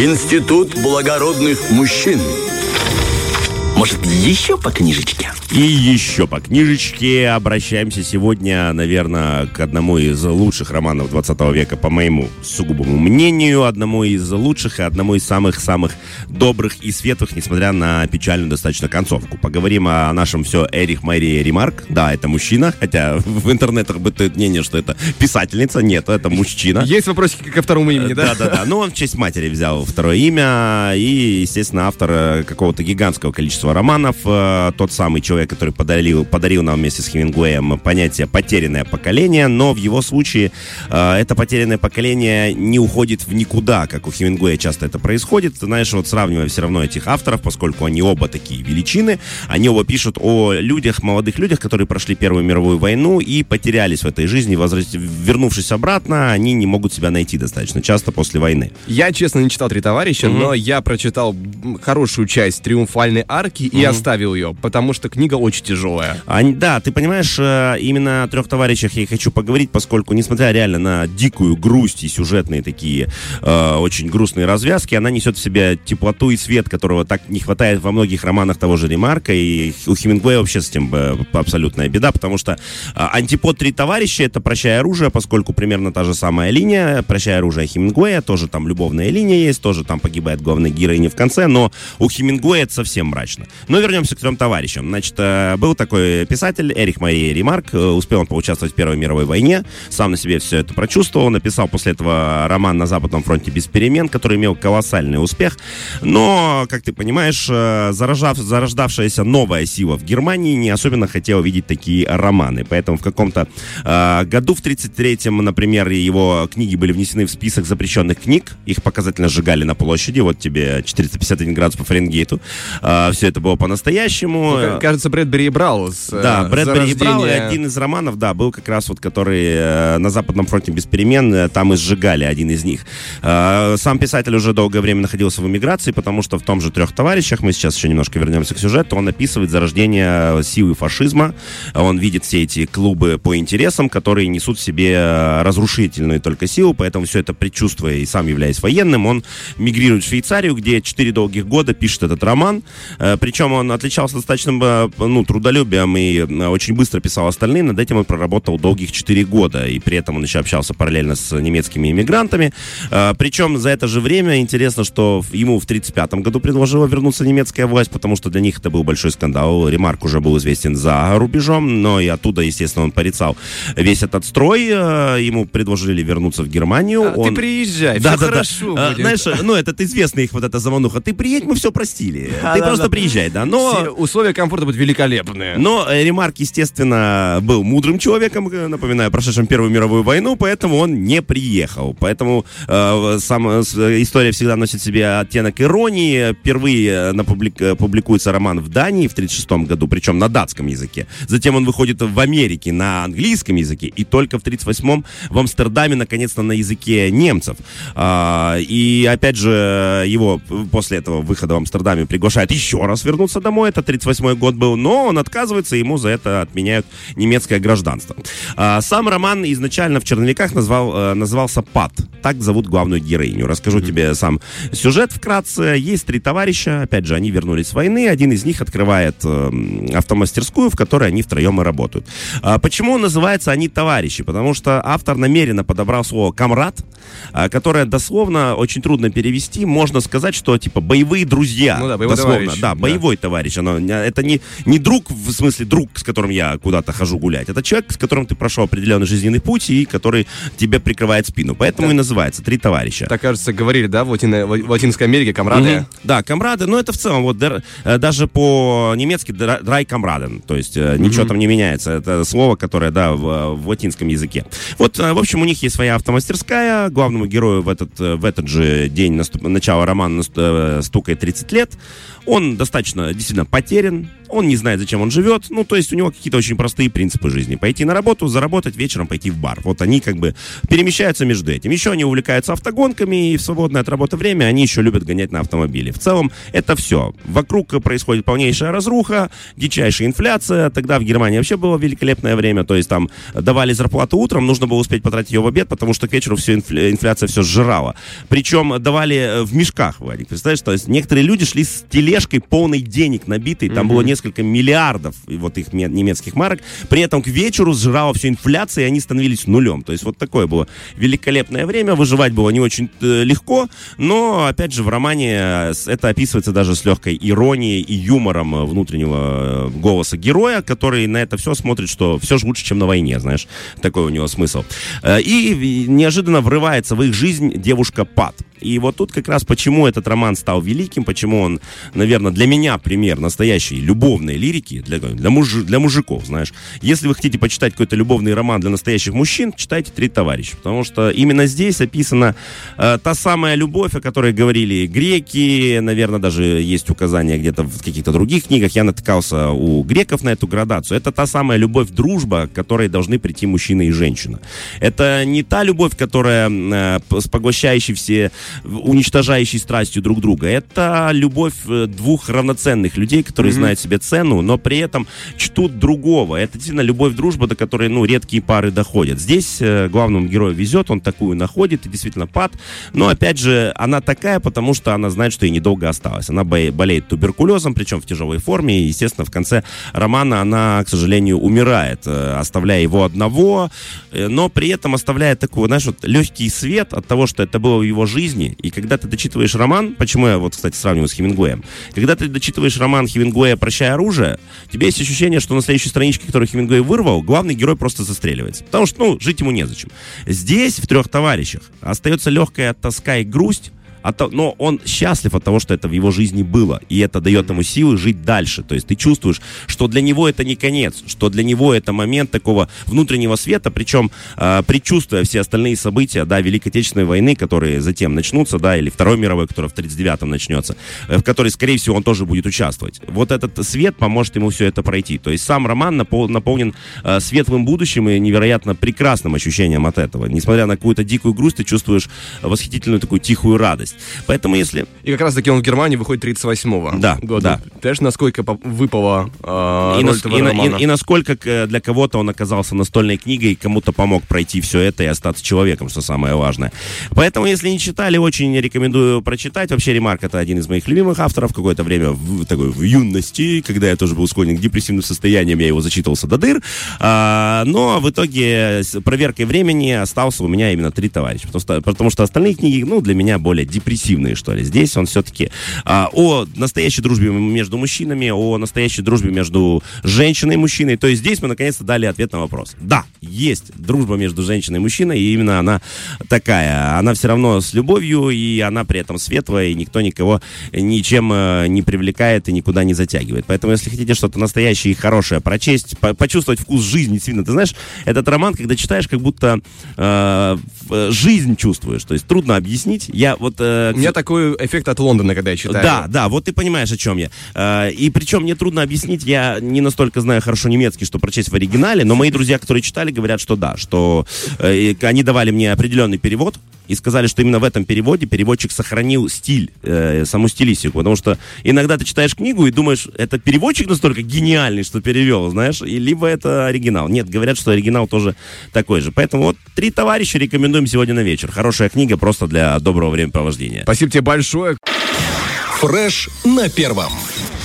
Институт благородных мужчин. Может, еще по книжечке? И еще по книжечке обращаемся сегодня, наверное, к одному из лучших романов 20 века, по моему сугубому мнению, одному из лучших и одному из самых-самых добрых и светлых, несмотря на печальную достаточно концовку. Поговорим о нашем все Эрих Марии Ремарк. Да, это мужчина, хотя в интернетах бытует мнение, что это писательница. Нет, это мужчина. Есть вопросики ко второму имени, да? Да. Ну, он в честь матери взял второе имя и, естественно, автор какого-то гигантского количества романов. Тот самый человек, который подарил нам вместе с Хемингуэем понятие «потерянное поколение», но в его случае это потерянное поколение не уходит в никуда, как у Хемингуэя часто это происходит. Знаешь, вот сравнивая все равно этих авторов, поскольку они оба такие величины, они оба пишут о людях, молодых людях, которые прошли Первую мировую войну и потерялись в этой жизни, вернувшись обратно, они не могут себя найти достаточно часто после войны. Я, честно, не читал «Три товарища», но я прочитал хорошую часть «Триумфальной арки» и оставил ее, потому что книга очень тяжелая. Да, ты понимаешь, именно о «Трех товарищах» я и хочу поговорить, поскольку, несмотря реально на дикую грусть и сюжетные такие очень грустные развязки, она несет в себе теплоту и свет, которого так не хватает во многих романах того же Ремарка, и у Хемингуэя вообще с этим абсолютная беда, потому что антипод «Три товарища» — это «Прощай оружие», поскольку примерно та же самая линия, «Прощай оружие» Хемингуэя, тоже там любовная линия есть, тоже там погибает главная героиня в конце, но у Хемингуэя это совсем мрачно. Но вернемся к «Трем товарищам». Значит, был такой писатель Эрих Мария Ремарк, успел он поучаствовать в Первой мировой войне, сам на себе все это прочувствовал, написал после этого роман «На Западном фронте без перемен», который имел колоссальный успех, но, как ты понимаешь, зарождавшаяся новая сила в Германии не особенно хотела видеть такие романы, поэтому в каком-то году, в 1933-м, например, его книги были внесены в список запрещенных книг, их показательно сжигали на площади, вот тебе 451 градус по Фаренгейту, все это было по-настоящему. Ну, кажется, Брэдбери и Браус. Да, Брэдбери и Браус, один из романов, да, был как раз вот, который «На Западном фронте без перемен», там и сжигали один из них. Сам писатель уже долгое время находился в эмиграции, потому что в том же «Трех товарищах», мы сейчас еще немножко вернемся к сюжету, он описывает зарождение силы фашизма, он видит все эти клубы по интересам, которые несут в себе разрушительную только силу, поэтому все это предчувствуя и сам являясь военным, он мигрирует в Швейцарию, где 4 долгих года пишет этот роман, причем он отличался достаточно трудолюбием и очень быстро писал остальные. Над этим он проработал долгих 4 года. И при этом он еще общался параллельно с немецкими иммигрантами. Причем за это же время интересно, что ему в 1935 году предложила вернуться немецкая власть, потому что для них это был большой скандал. Ремарк уже был известен за рубежом, но и оттуда, естественно, он порицал весь этот строй. Ему предложили вернуться в Германию. Ты приезжай, да, все хорошо будет. Знаешь, этот известный их вот эта замануха. Ты приедь, мы все простили. Ты просто приезжай, да. Но все условия комфорта будут великолепные. Но Ремарк, естественно, был мудрым человеком, напоминаю, прошедшим Первую мировую войну, поэтому он не приехал. Поэтому история всегда носит в себе оттенок иронии. Впервые публикуется роман в Дании в 1936 году, причем на датском языке. Затем он выходит в Америке на английском языке, и только в 1938 в Амстердаме, наконец-то, на языке немцев. И, опять же, его после этого выхода в Амстердаме приглашают еще раз вернуться домой. Это 1938 год был, но он отказывается, ему за это отменяют немецкое гражданство. Сам роман изначально в черновиках назывался «Пат». Так зовут главную героиню. Расскажу тебе сам сюжет вкратце. Есть 3 товарища, опять же, они вернулись с войны, один из них открывает автомастерскую, в которой они втроем и работают. Почему называются они товарищи? Потому что автор намеренно подобрал слово «камрад», которое дословно очень трудно перевести. Можно сказать, что типа боевые друзья. Ну да, боевой дословно, товарищ. Да, боевой товарищ. Это не друг, в смысле друг, с которым я куда-то хожу гулять. Это человек, с которым ты прошел определенный жизненный путь и который тебе прикрывает спину. Поэтому и называется «Три товарища». Так, кажется, говорили, да, в Латинской Америке камрады? Да, камрады, но это в целом вот даже по-немецки «драй камраден», то есть ничего там не меняется. Это слово, которое, да, в латинском языке. Вот, в общем, у них есть своя автомастерская. Главному герою в этот же день начала романа стукает 30 лет. Он достаточно действительно потерян. он не знает, зачем он живет, ну, то есть у него какие-то очень простые принципы жизни. Пойти на работу, заработать, вечером пойти в бар. Вот они как бы перемещаются между этим. Еще они увлекаются автогонками, и в свободное от работы время они еще любят гонять на автомобиле. В целом, это все. Вокруг происходит полнейшая разруха, дичайшая инфляция. Тогда в Германии вообще было великолепное время, то есть там давали зарплату утром, нужно было успеть потратить ее в обед, потому что к вечеру все инфляция все сжирала. Причем давали в мешках, Владик, представляешь, то есть некоторые люди шли с тележкой полной денег набитой, там было несколько миллиардов вот их немецких марок, при этом к вечеру сжирала всю инфляцию, и они становились нулем. То есть вот такое было великолепное время, выживать было не очень легко, но, опять же, в романе это описывается даже с легкой иронией и юмором внутреннего голоса героя, который на это все смотрит, что все же лучше, чем на войне, знаешь, такой у него смысл. И неожиданно врывается в их жизнь девушка Пат. И вот тут как раз почему этот роман стал великим, почему он, наверное, для меня пример настоящей любовной лирики для мужиков, знаешь. Если вы хотите почитать какой-то любовный роман для настоящих мужчин, читайте «Три товарища», потому что именно здесь описана та самая любовь, о которой говорили греки, наверное, даже есть указания где-то в каких-то других книгах, я натыкался у греков на эту градацию. Это та самая любовь-дружба, к которой должны прийти мужчина и женщина. Это не та любовь, которая с поглощающей все, уничтожающей страстью друг друга. Это любовь двух равноценных людей, которые знают себе цену, но при этом чтут другого. Это действительно любовь-дружба, до которой, редкие пары доходят. Здесь главному герою везет, он такую находит, и действительно Пат. Но, опять же, она такая, потому что она знает, что ей недолго осталось. Она болеет туберкулезом, причем в тяжелой форме, и, естественно, в конце романа она, к сожалению, умирает, оставляя его одного, но при этом оставляя такой, знаешь, вот легкий свет от того, что это было в его жизни. И когда ты дочитываешь роман, почему я вот, кстати, сравниваю с Хемингуэем, когда ты дочитываешь роман Хемингуэя «Прощай оружие», у тебя есть ощущение, что на следующей страничке, которую Хемингуэй вырвал, главный герой просто застреливается. Потому что, жить ему незачем. Здесь, в «Трех товарищах», остается легкая тоска и грусть, но он счастлив от того, что это в его жизни было, и это дает ему силы жить дальше. То есть ты чувствуешь, что для него это не конец, что для него это момент такого внутреннего света, причем предчувствуя все остальные события, Великой Отечественной войны, которые затем начнутся, или Второй мировой, которая в 1939-м начнется, в которой, скорее всего, он тоже будет участвовать. Вот этот свет поможет ему все это пройти. То есть сам роман наполнен светлым будущим и невероятно прекрасным ощущением от этого. Несмотря на какую-то дикую грусть, ты чувствуешь восхитительную такую тихую радость. Поэтому если... И как раз таки он в Германии выходит 38-го года. Да. Знаешь, насколько выпала роль этого романа? И насколько для кого-то он оказался настольной книгой, кому-то помог пройти все это и остаться человеком, что самое важное. Поэтому, если не читали, очень рекомендую прочитать. Вообще, Ремарк — это один из моих любимых авторов. Какое-то время в юности, когда я тоже был склонен к депрессивным состояниям, я его зачитывался до дыр. Но в итоге с проверкой времени остался у меня именно «Три товарища». Потому что остальные книги, для меня более депрессивные, что ли. Здесь он все-таки о настоящей дружбе между мужчинами, о настоящей дружбе между женщиной и мужчиной. То есть здесь мы наконец-то дали ответ на вопрос. Да, есть дружба между женщиной и мужчиной, и именно она такая. Она все равно с любовью, и она при этом светлая, и никто никого ничем не привлекает и никуда не затягивает. Поэтому, если хотите что-то настоящее и хорошее прочесть, почувствовать вкус жизни, действительно, ты знаешь, этот роман, когда читаешь, как будто жизнь чувствуешь. То есть трудно объяснить. У меня такой эффект от Лондона, когда я читаю. Да, вот ты понимаешь, о чем я. И причем мне трудно объяснить, я не настолько знаю хорошо немецкий, что прочесть в оригинале, но мои друзья, которые читали, говорят, что да, что они давали мне определенный перевод и сказали, что именно в этом переводе переводчик сохранил стиль, саму стилистику, потому что иногда ты читаешь книгу и думаешь, это переводчик настолько гениальный, что перевел, знаешь, и либо это оригинал. Нет, говорят, что оригинал тоже такой же. Поэтому вот «Три товарища» рекомендуем сегодня на вечер. Хорошая книга просто для доброго времяпровождения. Спасибо тебе большое. Фреш на первом.